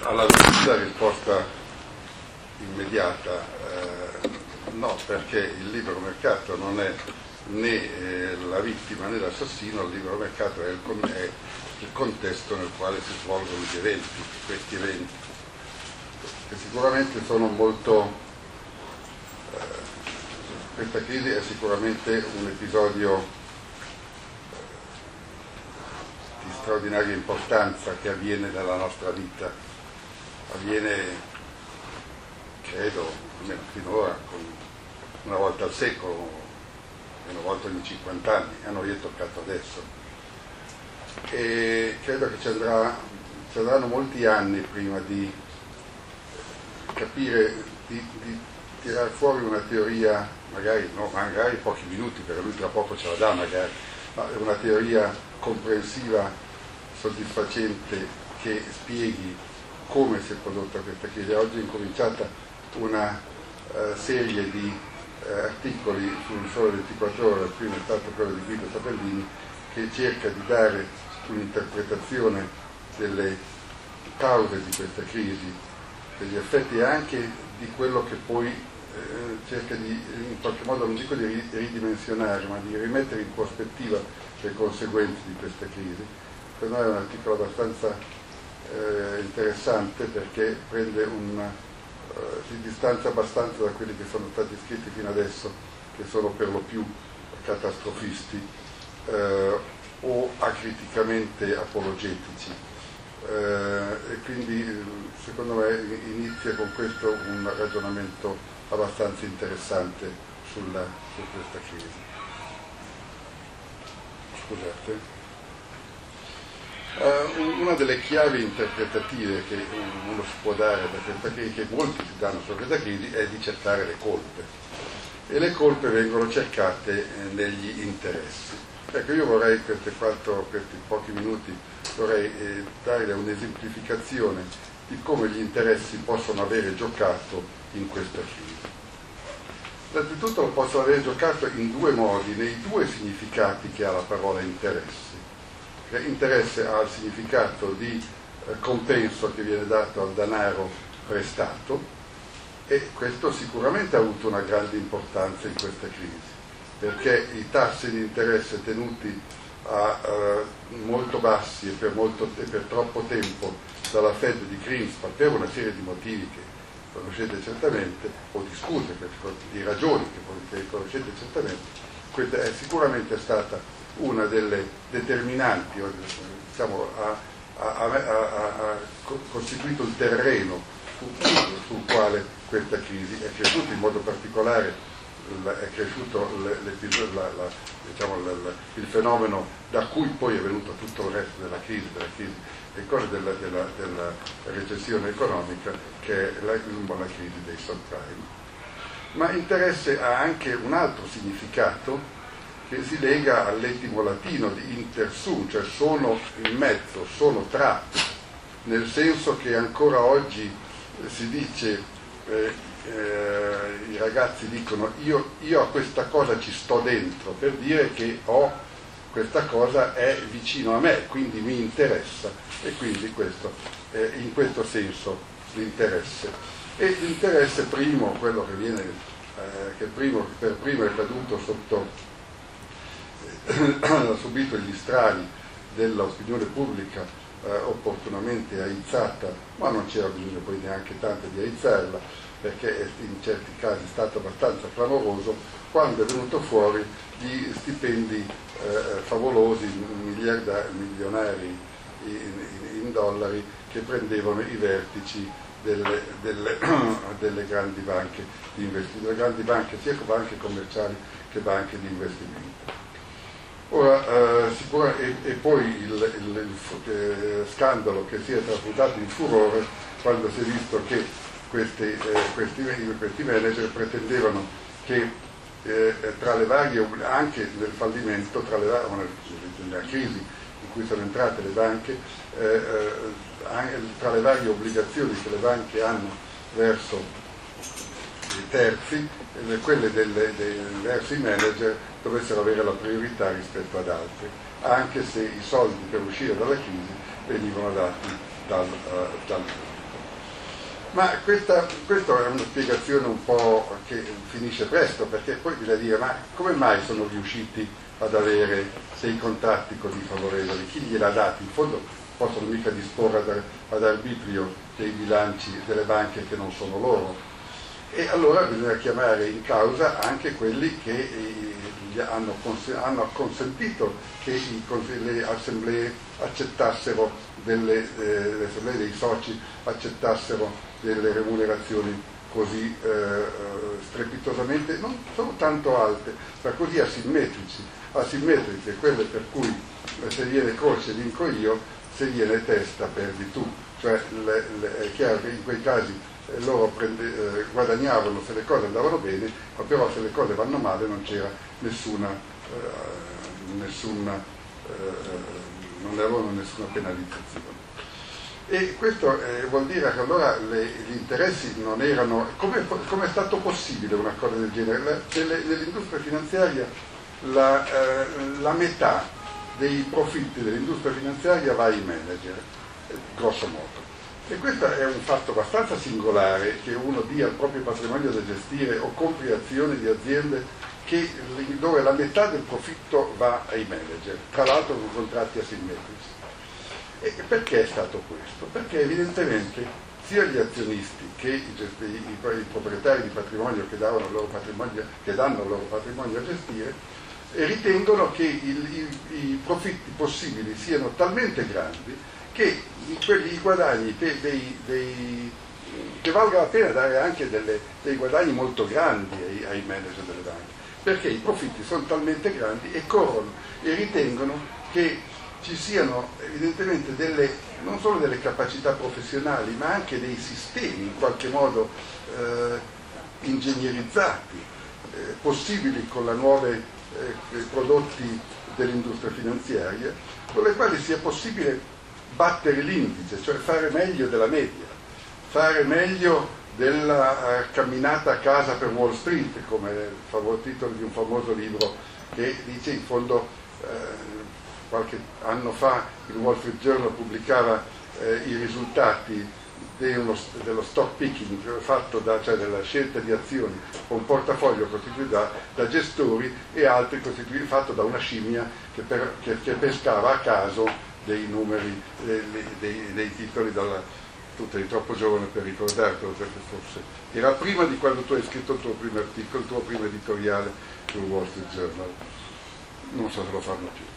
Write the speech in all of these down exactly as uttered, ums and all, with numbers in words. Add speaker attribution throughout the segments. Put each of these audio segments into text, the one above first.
Speaker 1: alla domanda risposta immediata, eh, no, perché il libero mercato non è né eh, la vittima né l'assassino, il libero mercato è il, con- è il contesto nel quale si svolgono gli eventi, questi eventi, che sicuramente sono molto... Eh, questa crisi è sicuramente un episodio di straordinaria importanza che avviene nella nostra vita, avviene, credo, almeno finora, con una volta al secolo, una volta ogni cinquanta anni, a noi è toccato adesso. E credo che ci, andrà, ci andranno molti anni prima di capire, di, di tirare fuori una teoria, magari, no, magari pochi minuti, perché lui tra poco ce la dà magari, ma una teoria comprensiva, soddisfacente, che spieghi come si è prodotta questa crisi. Oggi è incominciata una uh, serie di uh, articoli sul Sole ventiquattro Ore, il primo è stato quello di Guido Tabellini, che cerca di dare un'interpretazione delle cause di questa crisi, degli effetti anche di quello che poi eh, cerca di, in qualche modo, non dico di ridimensionare, ma di rimettere in prospettiva le conseguenze di questa crisi. Per noi è un articolo abbastanza eh, interessante, perché prende un, eh, si distanzia abbastanza da quelli che sono stati scritti fino adesso, che sono per lo più catastrofisti eh, o acriticamente apologetici. Eh, e quindi secondo me inizia con questo un ragionamento abbastanza interessante sulla, su questa crisi. Scusate. Uh, una delle chiavi interpretative che uno si può dare da questa crisi, che molti si danno su questa crisi, è di cercare le colpe, e le colpe vengono cercate eh, negli interessi. Ecco, io vorrei questi, quattro, questi pochi minuti vorrei eh, dare un'esemplificazione di come gli interessi possono avere giocato in questa crisi. Innanzitutto lo possono avere giocato in due modi, nei due significati che ha la parola interessi. Interesse ha il significato di eh, compenso che viene dato al denaro prestato, e questo sicuramente ha avuto una grande importanza in questa crisi, perché i tassi di interesse tenuti a uh, molto bassi e per, molto, e per troppo tempo dalla Fed di Greenspan, per una serie di motivi che conoscete certamente, o di scuse, di ragioni che conoscete certamente, questa è sicuramente stata una delle determinanti, diciamo, ha, ha, ha, ha, ha costituito il terreno sul quale questa crisi è cresciuta, in modo particolare è cresciuto la, la, diciamo, la, la, il fenomeno da cui poi è venuto tutto il resto della crisi, della crisi e cose della, della, della recessione economica, che è la, la crisi dei subprime. Ma interesse ha anche un altro significato che si lega all'etimo latino di intersum, cioè sono in mezzo, sono tra, nel senso che ancora oggi si dice, eh, eh, i ragazzi dicono io, io a questa cosa ci sto dentro, per dire che ho, questa cosa è vicino a me, quindi mi interessa, e quindi questo è in questo senso l'interesse. E l'interesse primo, quello che viene, eh, che primo, per primo è caduto sotto, ha subito gli strali dell'opinione pubblica eh, opportunamente aizzata, ma non c'era bisogno poi neanche tanto di aizzarla, perché in certi casi è stato abbastanza clamoroso, quando è venuto fuori gli stipendi eh, favolosi, miliardari, milionari in, in, in dollari, che prendevano i vertici delle, delle, delle grandi banche di investimento, delle grandi banche sia banche commerciali che banche di investimento. Ora, eh, sicura, e, e poi il, il, il eh, scandalo che si è trasmutato in furore quando si è visto che questi, eh, questi, questi manager pretendevano che eh, tra le varie, anche nel fallimento, tra le varie, nella crisi in cui sono entrate le banche, eh, eh, anche, tra le varie obbligazioni che le banche hanno verso i terzi, eh, quelle delle, dei, verso i manager dovessero avere la priorità rispetto ad altri, anche se i soldi per uscire dalla crisi venivano dati dal, uh, dal Ma questa, questa è una spiegazione un po' che finisce presto, perché poi bisogna dire, ma come mai sono riusciti ad avere dei contatti così favorevoli? Chi gliel'ha dati? In fondo possono mica disporre ad, ad arbitrio dei bilanci delle banche che non sono loro. E allora bisogna chiamare in causa anche quelli che eh, hanno, cons- hanno consentito che i, le assemblee accettassero delle, eh, le assemblee dei soci accettassero delle remunerazioni così eh, strepitosamente, non sono tanto alte, ma così asimmetrici, asimmetriche, quelle per cui se viene croce vinco io, se viene testa perdi tu. Cioè le, le, è chiaro che in quei casi eh, loro prende, eh, guadagnavano se le cose andavano bene, ma però se le cose vanno male non c'era nessuna, eh, nessuna eh, non avevano nessuna penalizzazione. E questo eh, vuol dire che allora le, gli interessi non erano... Come è stato possibile una cosa del genere? La, delle, nell'industria finanziaria la, eh, la metà dei profitti dell'industria finanziaria va ai manager, eh, grosso modo. E questo è un fatto abbastanza singolare, che uno dia il proprio patrimonio da gestire o compri azioni di aziende che, dove la metà del profitto va ai manager, tra l'altro con contratti asimmetrici. E perché è stato questo? Perché evidentemente sia gli azionisti che i, gesti, i, i proprietari di patrimonio che, davano il loro patrimonio, che danno il loro patrimonio a gestire eh, ritengono che il, i, i profitti possibili siano talmente grandi che i, quelli, i guadagni che, dei, dei, che valga la pena dare anche delle, dei guadagni molto grandi ai, ai manager delle banche, perché i profitti sono talmente grandi e corrono e ritengono che ci siano evidentemente delle, non solo delle capacità professionali, ma anche dei sistemi in qualche modo eh, ingegnerizzati, eh, possibili con la nuove eh, prodotti dell'industria finanziaria, con le quali sia possibile battere l'indice, cioè fare meglio della media, fare meglio della uh, camminata a casa per Wall Street, come il titolo di un famoso libro che dice in fondo... Eh, qualche anno fa il Wall Street Journal pubblicava eh, i risultati uno, dello stock picking fatto da, cioè della scelta di azioni con portafoglio costituito da, da gestori e altri costituiti fatto da una scimmia che, per, che, che pescava a caso dei numeri, dei, dei, dei titoli dalla, tu sei troppo giovane per ricordartelo, perché forse era prima di quando tu hai scritto il tuo primo articolo, il tuo primo editoriale sul Wall Street Journal, non so se lo fanno più.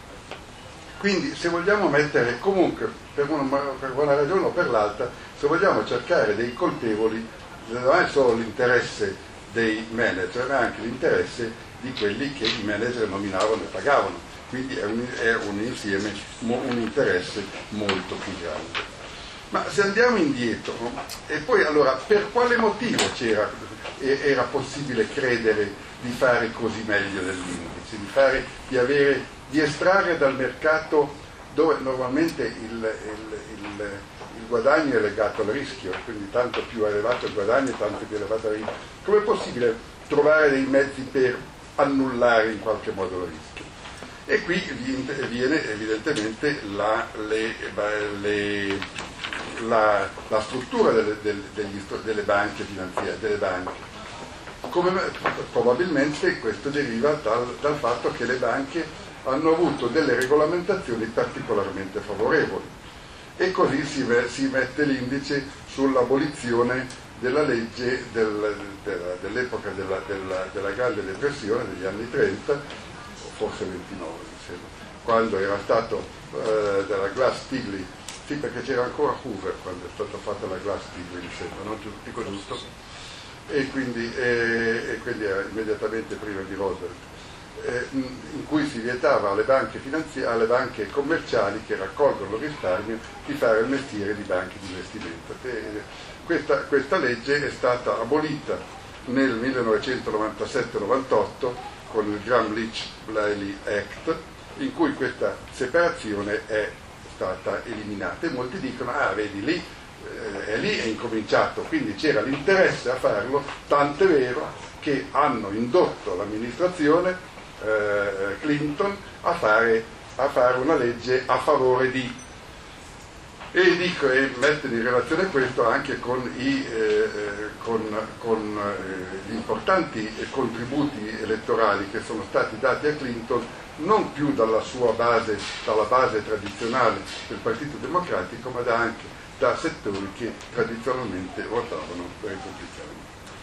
Speaker 1: Quindi se vogliamo mettere comunque, per una, per una ragione o per l'altra, se vogliamo cercare dei colpevoli, non è solo l'interesse dei manager, ma anche l'interesse di quelli che i manager nominavano e pagavano. Quindi è un, è un insieme, un interesse molto più grande. Ma se andiamo indietro, e poi allora per quale motivo c'era, era possibile credere di fare così meglio dell'indice, di, fare, di avere... di estrarre dal mercato dove normalmente il, il, il, il guadagno è legato al rischio, quindi tanto più elevato il guadagno tanto più elevato il rischio. Com'è possibile trovare dei mezzi per annullare in qualche modo il rischio? E qui viene evidentemente la, le, le, la, la struttura delle, degli, delle banche finanziarie, delle banche. Come, probabilmente questo deriva dal, dal fatto che le banche hanno avuto delle regolamentazioni particolarmente favorevoli e così si, si mette l'indice sull'abolizione della legge del, della, dell'epoca della, della, della Grande Depressione degli anni trenta, o forse ventinove mi sembra, quando era stato eh, della Glass-Steagall, sì, perché c'era ancora Hoover quando è stata fatta la Glass-Steagall, mi sembra, non dico giusto, e quindi, e, e quindi era immediatamente prima di Roosevelt, in cui si vietava alle banche, alle banche commerciali che raccolgono risparmio di fare il mestiere di banche di investimento. Questa, questa legge è stata abolita nel millenovecentonovantasette novantotto con il Gramm-Leach-Bliley Act, in cui questa separazione è stata eliminata e molti dicono, ah vedi lì, eh, è lì è incominciato, quindi c'era l'interesse a farlo, tant'è vero che hanno indotto l'amministrazione Clinton a fare, a fare una legge a favore di E, dico, e mettere in relazione questo anche con, i, eh, con, con eh, gli importanti contributi elettorali che sono stati dati a Clinton, non più dalla sua base, dalla base tradizionale del Partito Democratico, ma da anche da settori che tradizionalmente votavano repubblicani.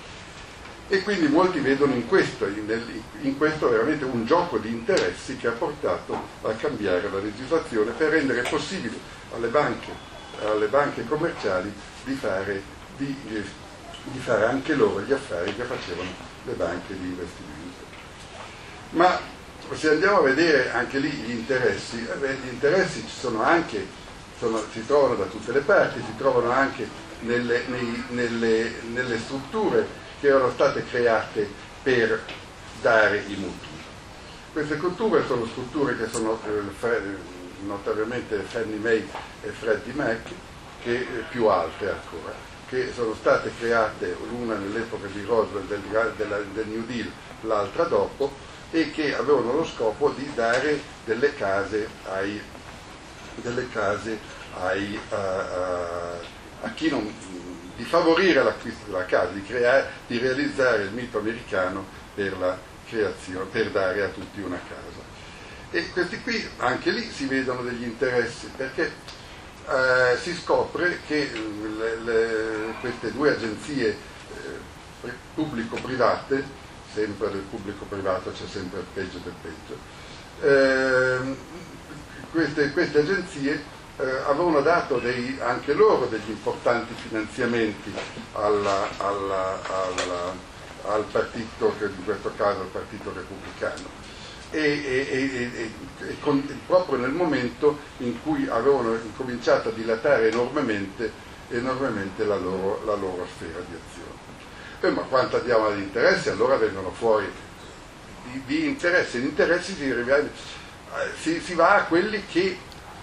Speaker 1: E quindi molti vedono in questo, in, in questo veramente un gioco di interessi che ha portato a cambiare la legislazione per rendere possibile alle banche, alle banche commerciali di fare, di, di fare anche loro gli affari che facevano le banche di investimento. Ma se andiamo a vedere anche lì gli interessi, eh beh, gli interessi ci sono anche, sono, si trovano da tutte le parti, si trovano anche nelle, nei, nelle, nelle strutture che erano state create per dare i mutui. Queste strutture sono strutture che sono eh, notoriamente Fannie Mae e Freddie Mac, che eh, più alte ancora, che sono state create l'una nell'epoca di Roosevelt del, della, del New Deal, l'altra dopo, e che avevano lo scopo di dare delle case ai, delle case ai, a, a, a chi non, di favorire l'acquisto della casa, di, creare, di realizzare il mito americano per la creazione, per dare a tutti una casa. E questi qui, anche lì si vedono degli interessi, perché eh, si scopre che le, le, queste due agenzie eh, pubblico-private, sempre del pubblico-privato c'è sempre il peggio del peggio, eh, queste, queste agenzie eh, avevano dato dei, anche loro degli importanti finanziamenti alla, alla, alla, al partito, che in questo caso al partito repubblicano. E, e, e, e con, proprio nel momento in cui avevano incominciato a dilatare enormemente, enormemente la, loro, la loro sfera di azione. Eh, ma quanto andiamo agli interessi, allora vengono fuori di, di interessi, in interessi si, si, si va a quelli che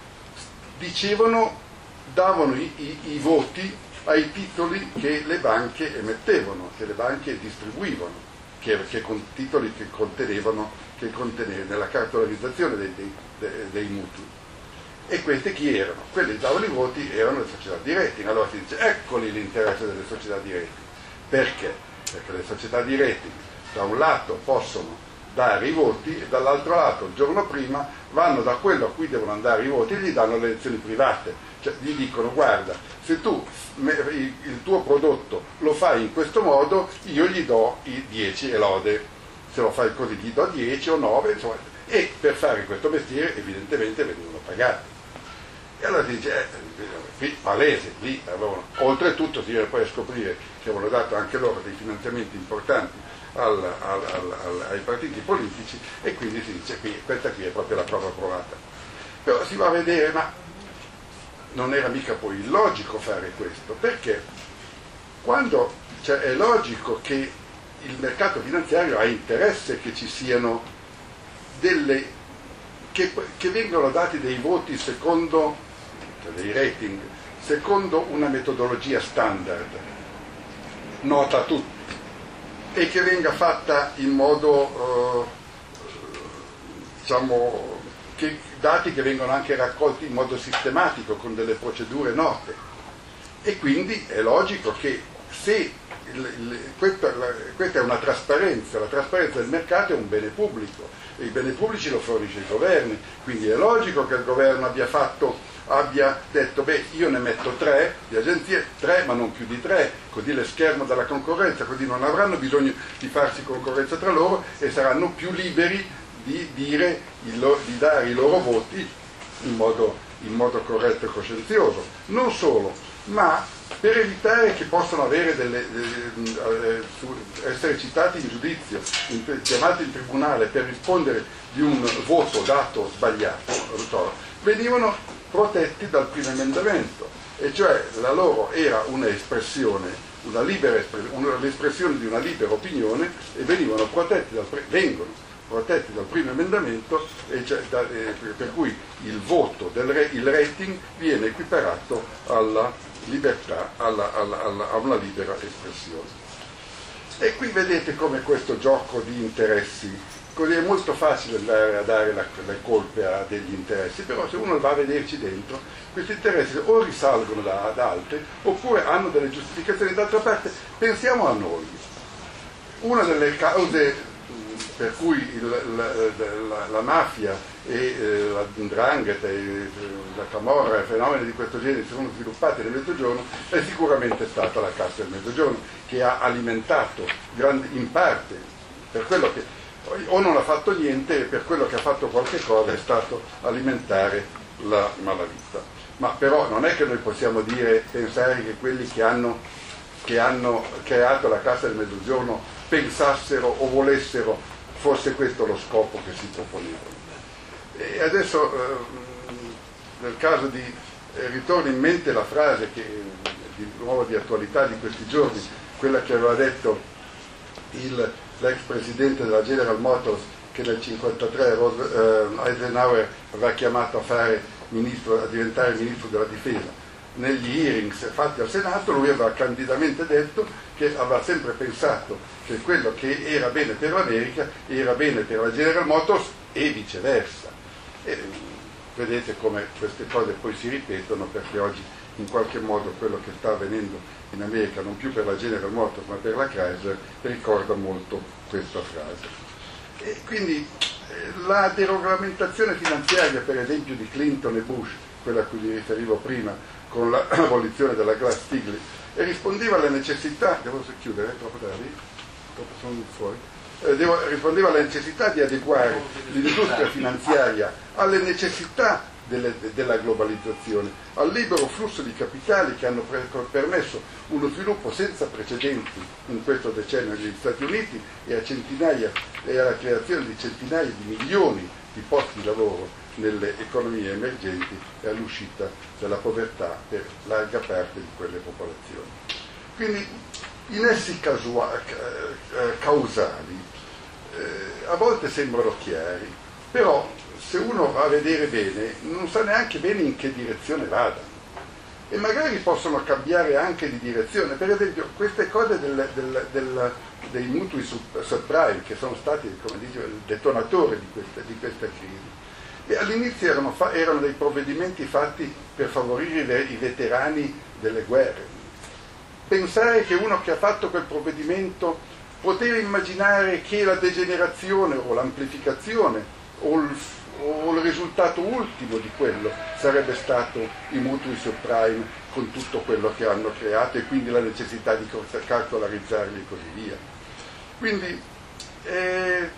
Speaker 1: dicevano, davano i, i, i voti ai titoli che le banche emettevano, che le banche distribuivano, che, che con titoli che contenevano, che contenevano nella cartolarizzazione dei, dei, dei, dei mutui. E queste chi erano? Quelli che davano i voti erano le società di rating. Allora si dice, eccoli l'interesse delle società di rating. Perché? Perché le società di rating da un lato possono dare i voti e dall'altro lato il giorno prima vanno da quello a cui devono andare i voti e gli danno le lezioni private, cioè gli dicono guarda, se tu il tuo prodotto lo fai in questo modo io gli do i dieci e lode, se lo fai così gli do dieci o nove, insomma, e per fare questo mestiere evidentemente vengono pagati. E allora si dice, eh, qui palese, lì avevano, oltretutto si viene poi a scoprire che avevano dato anche loro dei finanziamenti importanti al, al, al, al, ai partiti politici, e quindi si dice qui, questa qui è proprio la prova provata. Però si va a vedere, ma non era mica poi illogico fare questo, perché quando, cioè, è logico che il mercato finanziario ha interesse che ci siano delle, che, che vengano dati dei voti secondo, cioè dei rating, secondo una metodologia standard, nota a tutti, e che venga fatta in modo, eh, diciamo, che dati che vengono anche raccolti in modo sistematico, con delle procedure note. E quindi è logico che se il, il, questa, la, questa è una trasparenza, la trasparenza del mercato è un bene pubblico, e i beni pubblici lo fornisce il governo, quindi è logico che il governo abbia fatto abbia detto, beh, io ne metto tre di agenzie, tre ma non più di tre, così le schermo dalla concorrenza, così non avranno bisogno di farsi concorrenza tra loro e saranno più liberi di, dire, di dare i loro voti in modo, in modo corretto e coscienzioso. Non solo, ma per evitare che possano avere delle, delle, essere citati in giudizio, in, chiamati in tribunale per rispondere di un voto dato sbagliato, venivano protetti dal primo emendamento, e cioè la loro era un'espressione, una libera una, l'espressione di una libera opinione, e venivano protetti dal, vengono protetti dal primo emendamento, e cioè, da, eh, per cui il voto, del, il rating viene equiparato alla libertà, alla, alla, alla, a una libera espressione. E qui vedete come questo gioco di interessi così è molto facile andare a dare la, le colpe a degli interessi, però se uno va a vederci dentro, questi interessi o risalgono da, ad altri oppure hanno delle giustificazioni. D'altra parte pensiamo a noi, una delle cause per cui il, la, la, la mafia e eh, la 'ndrangheta e la camorra e fenomeni di questo genere si sono sviluppati nel Mezzogiorno è sicuramente stata la Cassa del Mezzogiorno, che ha alimentato grandi, in parte, per quello che o non ha fatto niente, e per quello che ha fatto qualche cosa è stato alimentare la malavita. Ma però non è che noi possiamo dire, pensare che quelli che hanno, che hanno creato la Cassa del Mezzogiorno pensassero o volessero fosse questo lo scopo che si proponevano. E adesso eh, nel caso di eh, ritorna in mente la frase che di nuovo di attualità di questi giorni, quella che aveva detto il, l'ex presidente della General Motors, che nel cinquantatré eh, Eisenhower aveva chiamato a fare ministro, a diventare ministro della difesa. Negli hearings fatti al Senato lui aveva candidamente detto che aveva sempre pensato che quello che era bene per l'America era bene per la General Motors e viceversa. E vedete come queste cose poi si ripetono, perché oggi in qualche modo quello che sta avvenendo in America, non più per la General Motors ma per la Chrysler, ricorda molto questa frase. E quindi eh, la deregolamentazione finanziaria, per esempio, di Clinton e Bush, quella a cui mi riferivo prima con l'abolizione della Glass-Steagall, e rispondeva alle necessità, devo chiudere, troppo tardi, troppo sono fuori, eh, devo, rispondeva alle necessità di adeguare l'industria finanziaria alle necessità delle, della globalizzazione, al libero flusso di capitali che hanno pre- permesso uno sviluppo senza precedenti in questo decennio negli Stati Uniti e a centinaia e alla creazione di centinaia di milioni di posti di lavoro nelle economie emergenti e all'uscita dalla povertà per larga parte di quelle popolazioni. Quindi i nessi casua- causali eh, a volte sembrano chiari, però se uno va a vedere bene non sa neanche bene in che direzione vadano, e magari possono cambiare anche di direzione. Per esempio queste cose del, del, del, dei mutui subprime, che sono stati, come dicevo, il detonatore di questa, di questa crisi. E all'inizio erano, fa- erano dei provvedimenti fatti per favorire i, i veterani delle guerre. Pensare che uno che ha fatto quel provvedimento poteva immaginare che la degenerazione o l'amplificazione o il, o il risultato ultimo di quello sarebbe stato i mutui subprime, con tutto quello che hanno creato, e quindi la necessità di cartolarizzarli e così via. Quindi eh,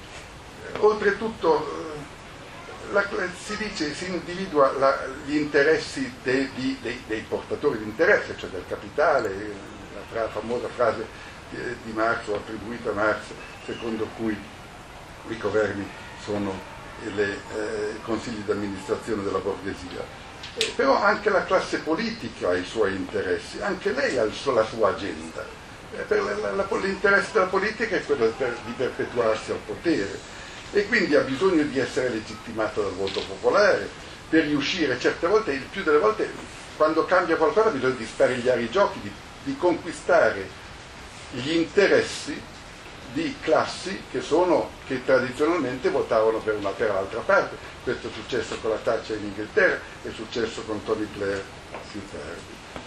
Speaker 1: oltretutto La, si dice, si individua la, gli interessi dei, di, dei, dei portatori di interesse, cioè del capitale, la, fra, famosa frase di, di Marx, o attribuita a Marx, secondo cui i governi sono i eh, consigli di amministrazione della borghesia. Eh, però anche la classe politica ha i suoi interessi, anche lei ha il suo, la sua agenda. Eh, per la, la, l'interesse della politica è quello per, di perpetuarsi al potere, e quindi ha bisogno di essere legittimato dal voto popolare per riuscire. Certe volte, il più delle volte, quando cambia qualcosa ha bisogno di sparigliare i giochi, di, di conquistare gli interessi di classi che, sono, che tradizionalmente votavano per una per l'altra parte. Questo è successo con la Thatcher in Inghilterra, è successo con Tony Blair più tardi.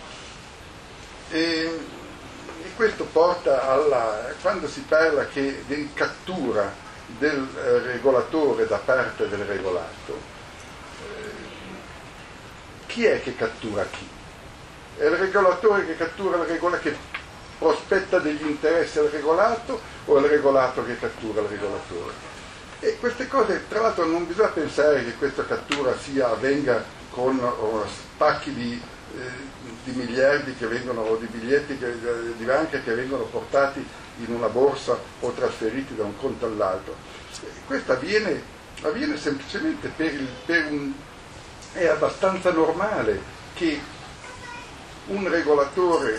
Speaker 1: E, e questo porta alla, quando si parla che di cattura del eh, regolatore da parte del regolato, eh, chi è che cattura chi? È il regolatore che cattura il regolatore, che prospetta degli interessi al regolato, o è il regolato che cattura il regolatore? E queste cose, tra l'altro, non bisogna pensare che questa cattura sia, avvenga con oh, spacchi di, eh, di miliardi che vengono, o di biglietti che, di banca che vengono portati in una borsa o trasferiti da un conto all'altro. Questo avviene, avviene semplicemente per, il, per un... è abbastanza normale che un regolatore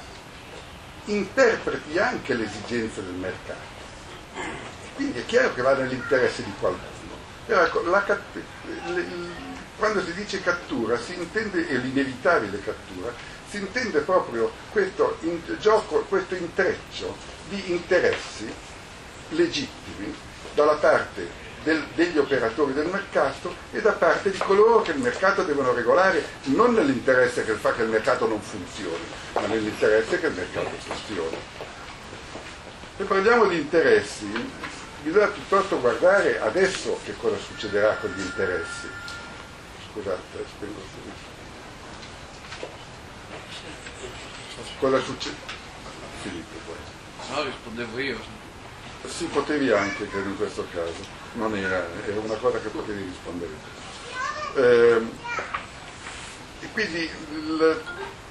Speaker 1: interpreti anche le esigenze del mercato. Quindi è chiaro che va nell'interesse di qualcuno. Però ecco, la, le, quando si dice cattura si intende, e l'inevitabile cattura, si intende proprio questo in, gioco, questo intreccio di interessi legittimi dalla parte del, degli operatori del mercato e da parte di coloro che il mercato devono regolare, non nell'interesse che fa che il mercato non funzioni, ma nell'interesse che il mercato funzioni. Se parliamo di interessi, bisogna piuttosto guardare adesso che cosa succederà con gli interessi. Scusate, spengo subito. Cosa succede? Filippo poi.
Speaker 2: No, rispondevo io.
Speaker 1: Sì, potevi anche, credo, in questo caso. Non era, era una cosa che potevi rispondere. Eh, e quindi il,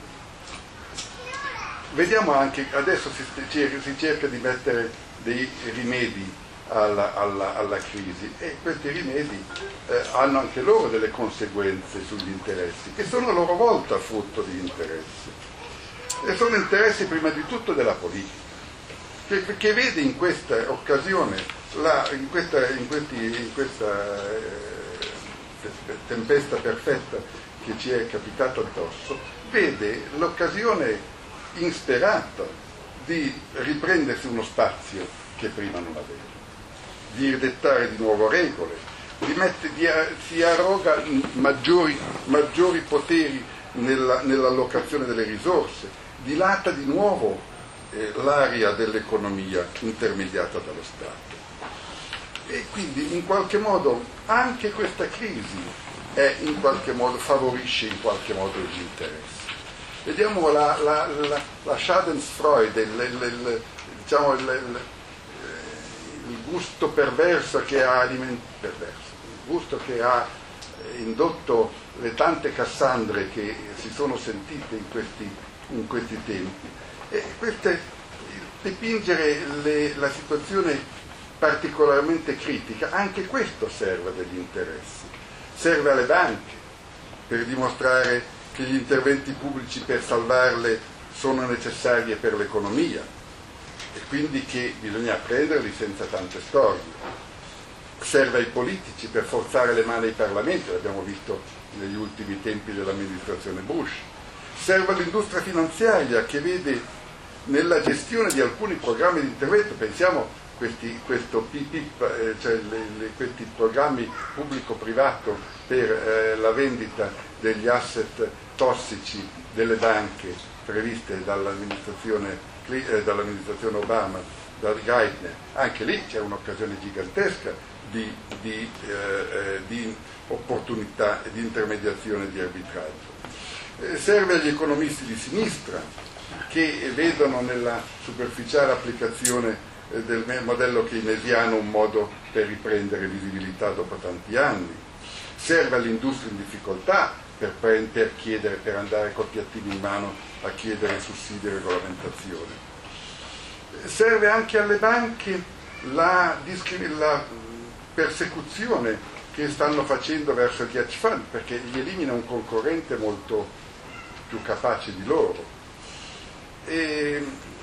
Speaker 1: vediamo anche, adesso si, si cerca di mettere dei rimedi alla, alla, alla crisi, e questi rimedi eh, hanno anche loro delle conseguenze sugli interessi, che sono a loro volta frutto di interessi. E sono interessi prima di tutto della politica, che, che vede in questa occasione, la, in, questa, in, questi, in questa eh, tempesta perfetta che ci è capitata addosso, vede l'occasione insperata di riprendersi uno spazio che prima non aveva, di dettare di nuovo regole, di mette, di, si arroga maggiori, maggiori poteri nella, nell'allocazione delle risorse, dilata di nuovo eh, l'area dell'economia intermediata dallo Stato. E quindi in qualche modo anche questa crisi è in qualche modo, favorisce in qualche modo gli interessi. Vediamo la, la, la, la Schadenfreude, il, il, il, diciamo il, il, il gusto perverso che ha alimentato, perverso, il gusto che ha indotto le tante Cassandre che si sono sentite in questi, in questi tempi. E queste, dipingere le, la situazione particolarmente critica, anche questo serve degli interessi, serve alle banche per dimostrare che gli interventi pubblici per salvarle sono necessari per l'economia e quindi che bisogna prenderli senza tante storie, serve ai politici per forzare le mani ai parlamenti, l'abbiamo visto negli ultimi tempi dell'amministrazione Bush, serve all'industria finanziaria che vede nella gestione di alcuni programmi di intervento, pensiamo Questi, questo P P P, eh, cioè le, le, questi programmi pubblico-privato per eh, la vendita degli asset tossici delle banche previste dall'amministrazione, eh, dall'amministrazione Obama, da Geithner, anche lì c'è un'occasione gigantesca di, di, eh, di opportunità di intermediazione e di arbitraggio. Eh, serve agli economisti di sinistra che vedono nella superficiale applicazione del modello keynesiano un modo per riprendere visibilità dopo tanti anni, serve all'industria in difficoltà per, per chiedere, per andare col piattino in mano a chiedere sussidi e regolamentazione, serve anche alle banche la, la persecuzione che stanno facendo verso gli hedge fund, perché gli elimina un concorrente molto più capace di loro. E,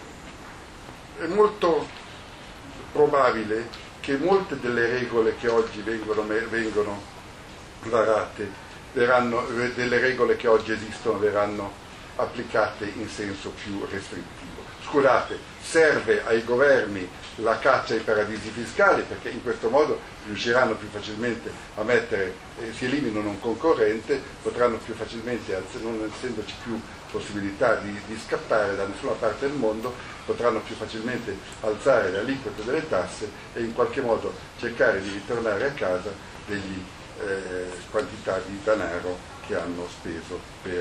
Speaker 1: è molto probabile che molte delle regole che oggi vengono, vengono varate, verranno, delle regole che oggi esistono verranno applicate in senso più restrittivo. Scusate, serve ai governi la caccia ai paradisi fiscali, perché in questo modo riusciranno più facilmente a mettere, eh, si eliminano un concorrente, potranno più facilmente, non essendoci più possibilità di, di scappare da nessuna parte del mondo, potranno più facilmente alzare le aliquote delle tasse e in qualche modo cercare di ritornare a casa degli eh, quantità di denaro che hanno speso per,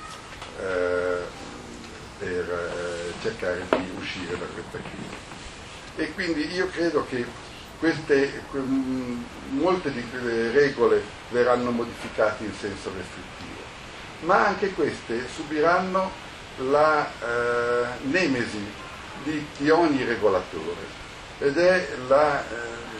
Speaker 1: eh, per eh, cercare di uscire da questa crisi. E quindi io credo che queste, molte di quelle regole verranno modificate in senso restrittivo, ma anche queste subiranno la eh, nemesi di, di ogni regolatore, ed è la, eh,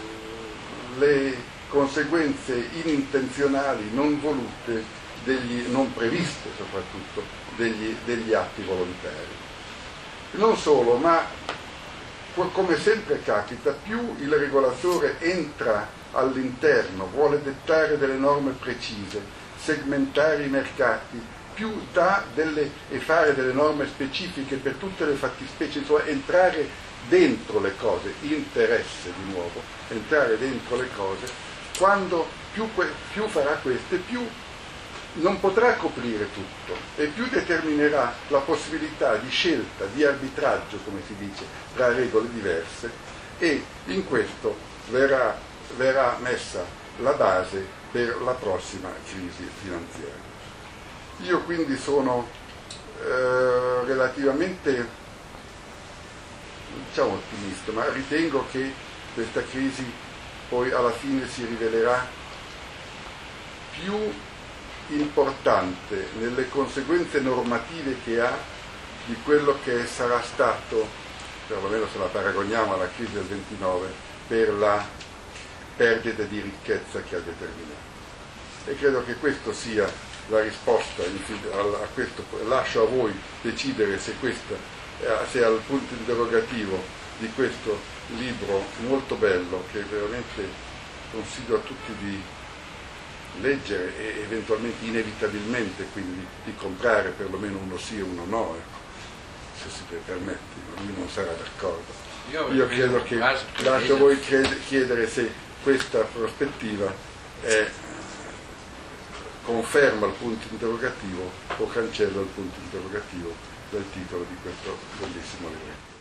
Speaker 1: le conseguenze inintenzionali, non volute, degli, non previste soprattutto, degli, degli atti volontari. Non solo, ma come sempre capita, più il regolatore entra all'interno, vuole dettare delle norme precise, segmentare i mercati, più dà delle, e fare delle norme specifiche per tutte le fattispecie, insomma entrare dentro le cose, interesse di nuovo, entrare dentro le cose, quando più, più farà queste, più non potrà coprire tutto e più determinerà la possibilità di scelta, di arbitraggio, come si dice, tra regole diverse, e in questo verrà, verrà messa la base per la prossima crisi finanziaria. Io quindi sono eh, relativamente, diciamo, ottimista, ma ritengo che questa crisi poi alla fine si rivelerà più importante nelle conseguenze normative che ha di quello che sarà stato, perlomeno se la paragoniamo alla crisi del ventinove, per la perdita di ricchezza che ha determinato. E credo che questo sia la risposta a questo. Lascio a voi decidere se questa, se al punto interrogativo di questo libro molto bello, che veramente consiglio a tutti di leggere e eventualmente inevitabilmente quindi di comprare perlomeno uno sì e uno no, se si permette, lui non sarà d'accordo. Io, Io credo che lascio a voi chiedere se questa prospettiva è, conferma il punto interrogativo o cancella il punto interrogativo del titolo di questo bellissimo libro.